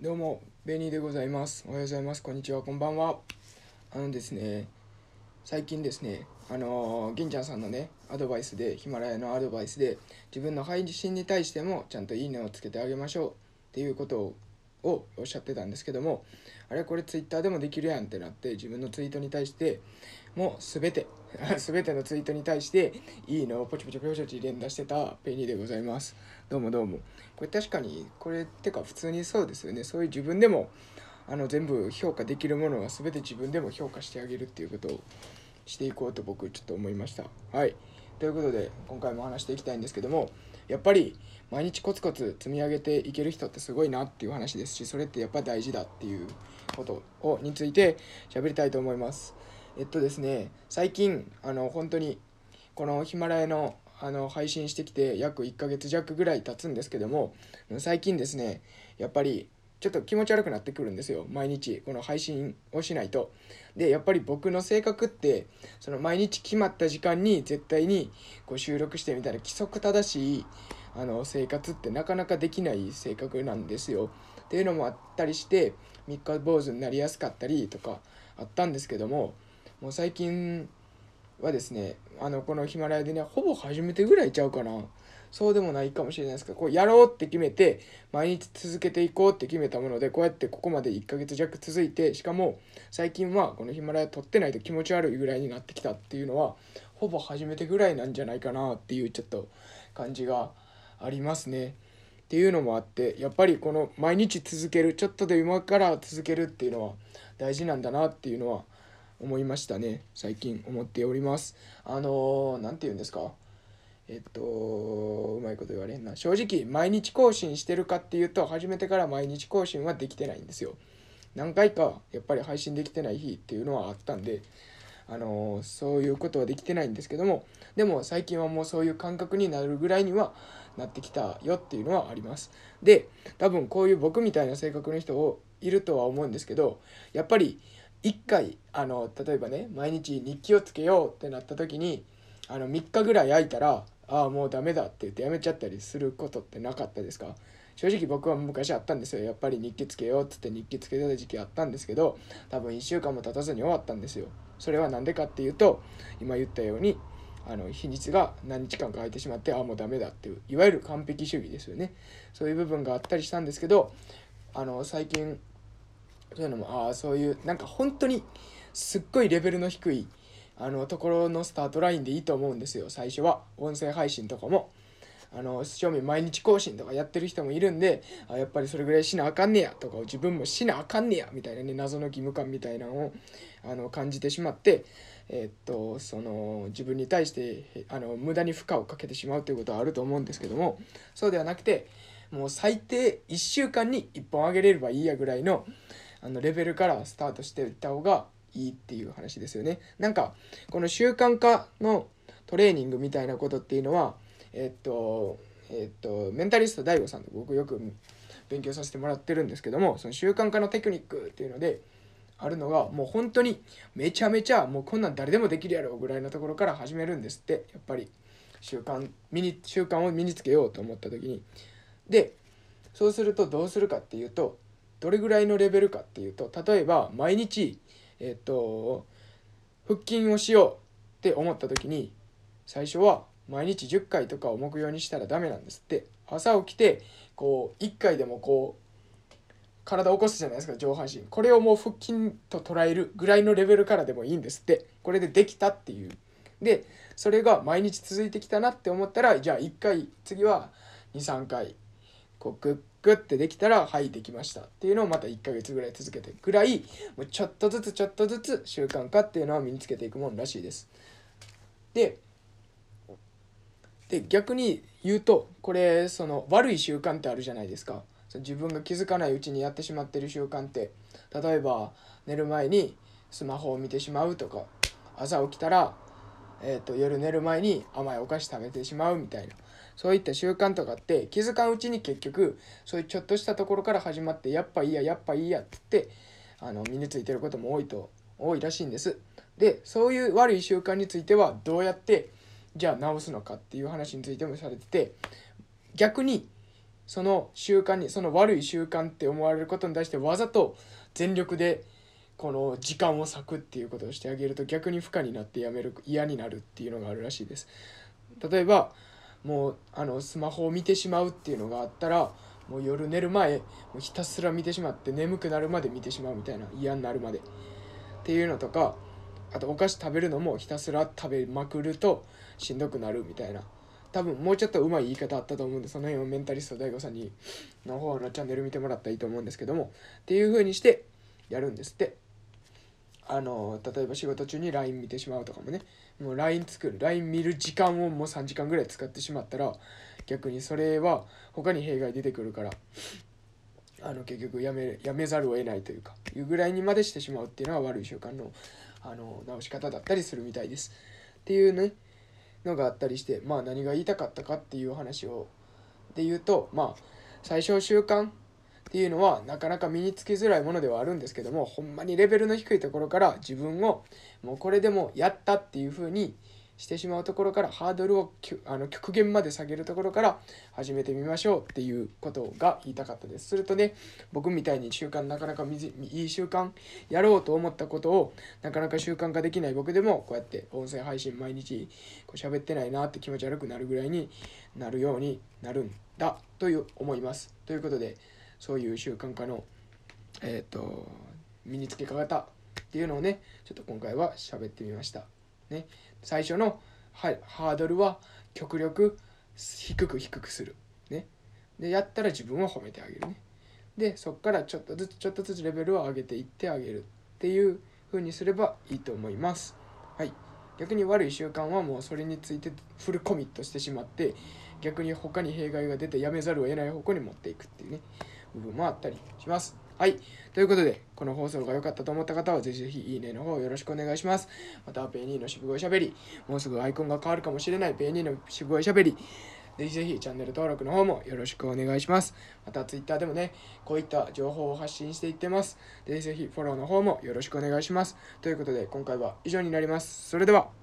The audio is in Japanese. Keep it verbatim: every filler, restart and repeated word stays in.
どうも、ベニーでございます。おはようございます。こんにちは。こんばんは。あのですね、最近ですね、あのー、銀ちゃんさんのね、アドバイスで、ヒマラヤのアドバイスで、自分の配信に対してもちゃんといいねをつけてあげましょうっていうことををおっしゃってたんですけども、あれこれツイッターでもできるやんってなって、自分のツイートに対してもうすべてすべてのツイートに対していいのをポチポチポチポチ連打してたペニーでございます。どうもどうも。これ確かにこれってか普通にそうですよね。そういう自分でもあの全部評価できるものは全て自分でも評価してあげるっていうことをしていこうと僕ちょっと思いました。はい。ということで今回も話していきたいんですけども、やっぱり毎日コツコツ積み上げていける人ってすごいなっていう話ですし、それってやっぱ大事だっていうことをについて喋りたいと思います。えっとですね、最近あの本当にこのヒマラヤのあの配信してきて約いっかげつ弱ぐらい経つんですけども、最近ですね、やっぱりちょっと気持ち悪くなってくるんですよ。毎日この配信をしないと。でやっぱり僕の性格ってその毎日決まった時間に絶対にこう収録してみたいな規則正しいあの生活ってなかなかできない性格なんですよ。っていうのもあったりして三日坊主になりやすかったりとかあったんですけども、もう最近はですね、あのこのヒマラヤでね、ほぼ初めてぐらいちゃうかな。そうでもないかもしれないですけど、こうやろうって決めて毎日続けていこうって決めたもので、こうやってここまでいっかげつ弱続いて、しかも最近はこのヒマラヤ撮ってないと気持ち悪いぐらいになってきたっていうのはほぼ初めてぐらいなんじゃないかなっていうちょっと感じがありますね。っていうのもあって、やっぱりこの毎日続ける、ちょっとで今から続けるっていうのは大事なんだなっていうのは思いましたね。最近思っております。あの何、ー、て言うんですか、えっとうまいこと言われんな。正直毎日更新してるかっていうと、初めてから毎日更新はできてないんですよ。何回かやっぱり配信できてない日っていうのはあったんで、あのー、そういうことはできてないんですけども、でも最近はもうそういう感覚になるぐらいにはなってきたよっていうのはあります。で多分こういう僕みたいな性格の人をいるとは思うんですけど、やっぱり一回あの例えばね、毎日日記をつけようってなった時にあのみっかぐらい空いたら、ああもうダメだって言ってやめちゃったりすることってなかったですか？正直僕は昔あったんですよ。やっぱり日記つけようっつって日記つけてた時期あったんですけど、多分いっしゅうかんも経たずに終わったんですよ。それは何でかっていうと、今言ったようにあの日にちが何日間か空いてしまって、ああもうダメだっていう、いわゆる完璧主義ですよね。そういう部分があったりしたんですけど、あの最近そういうのも、ああそういうなんか本当にすっごいレベルの低いあのところのスタートラインでいいと思うんですよ。最初は音声配信とかもあの正味毎日更新とかやってる人もいるんで、あやっぱりそれぐらいしなあかんねやとか、自分もしなあかんねやみたいなね、謎の義務感みたいなのをあの感じてしまって、えー、っとその自分に対してあの無駄に負荷をかけてしまうということはあると思うんですけども、そうではなくて、もう最低いっしゅうかんにいっぽんあげれればいいやぐらいのあのレベルからスタートしていった方がいいっていう話ですよね。なんかこの習慣化のトレーニングみたいなことっていうのは、えっとえっとメンタリスト ダイゴ さんと僕よく勉強させてもらってるんですけども、その習慣化のテクニックっていうのであるのが、もう本当にめちゃめちゃもうこんなん誰でもできるやろぐらいのところから始めるんですって。やっぱり習慣身に習慣を身につけようと思った時に。でそうするとどうするかっていうと、どれぐらいのレベルかっていうと、例えば毎日えっと腹筋をしようって思った時に、最初は毎日じゅっかいとかを目標にしたらダメなんですって。朝起きてこういっかいでもこう体を起こすじゃないですか、上半身。これをもう腹筋と捉えるぐらいのレベルからでもいいんですって。これでできたっていう。でそれが毎日続いてきたなって思ったら、じゃあいっかい、次はにさんかいこうグッグッてできたら、はいできましたっていうのをまたいっかげつぐらい続けてぐらい、もうちょっとずつちょっとずつ習慣化っていうのは身につけていくもんらしいです。でで逆に言うと、これその悪い習慣ってあるじゃないですか。自分が気づかないうちにやってしまってる習慣って、例えば寝る前にスマホを見てしまうとか、朝起きたら、えー、と夜寝る前に甘いお菓子食べてしまうみたいな、そういった習慣とかって気づかんうちに結局そういうちょっとしたところから始まって、やっぱいいややっぱいいやって言ってあの身についてることも多いと多いらしいんです。でそういう悪い習慣についてはどうやってじゃあ直すのかっていう話についてもされてて、逆にその習慣に、その悪い習慣って思われることに対してわざと全力でこの時間を割くっていうことをしてあげると、逆に負荷になってやめる、嫌になるっていうのがあるらしいです。例えばもうあのスマホを見てしまうっていうのがあったら、もう夜寝る前もうひたすら見てしまって、眠くなるまで見てしまうみたいな、嫌になるまでっていうのとか、あとお菓子食べるのもひたすら食べまくるとしんどくなるみたいな、多分もうちょっとうまい言い方あったと思うんで、その辺をメンタリスト ダイゴ さんにの方のチャンネル見てもらったらいいと思うんですけども、っていう風にしてやるんですって。あの例えば仕事中に ライン 見てしまうとかもね、もう ライン 作る ライン 見る時間をもうさんじかんぐらい使ってしまったら、逆にそれは他に弊害出てくるから、あの結局やめやめざるを得ないというかいうぐらいにまでしてしまうっていうのは悪い習慣のあの直し方だったりするみたいです。っていうねのがあったりして、まあ何が言いたかったかっていう話をで言うと、まあ最小習慣っていうのはなかなか身につきづらいものではあるんですけども、ほんまにレベルの低いところから自分をもうこれでもやったっていう風にしてしまうところから、ハードルをあの極限まで下げるところから始めてみましょうっていうことが言いたかったです。するとね、僕みたいに習慣なかなかみじいい習慣やろうと思ったことをなかなか習慣化できない僕でも、こうやって音声配信毎日こう喋ってないなって気持ち悪くなるぐらいになるようになるんだという思います。ということで、そういう習慣化のえっと身につけ方っていうのをね、ちょっと今回は喋ってみましたね。最初のハードルは極力低く低くするね。でやったら自分を褒めてあげるね。でそこからちょっとずつちょっとずつレベルを上げていってあげるっていう風にすればいいと思います。はい。逆に悪い習慣はもうそれについてフルコミットしてしまって、逆に他に弊害が出てやめざるを得ない方向に持っていくっていうね部分もあったりします。はい。ということで、この放送が良かったと思った方は、ぜひぜひいいねの方よろしくお願いします。また、ペイニーの渋声しゃべり、もうすぐアイコンが変わるかもしれないペイニーの渋声しゃべり、ぜひぜひチャンネル登録の方もよろしくお願いします。また、ツイッターでもね、こういった情報を発信していってます。ぜひぜひフォローの方もよろしくお願いします。ということで、今回は以上になります。それでは。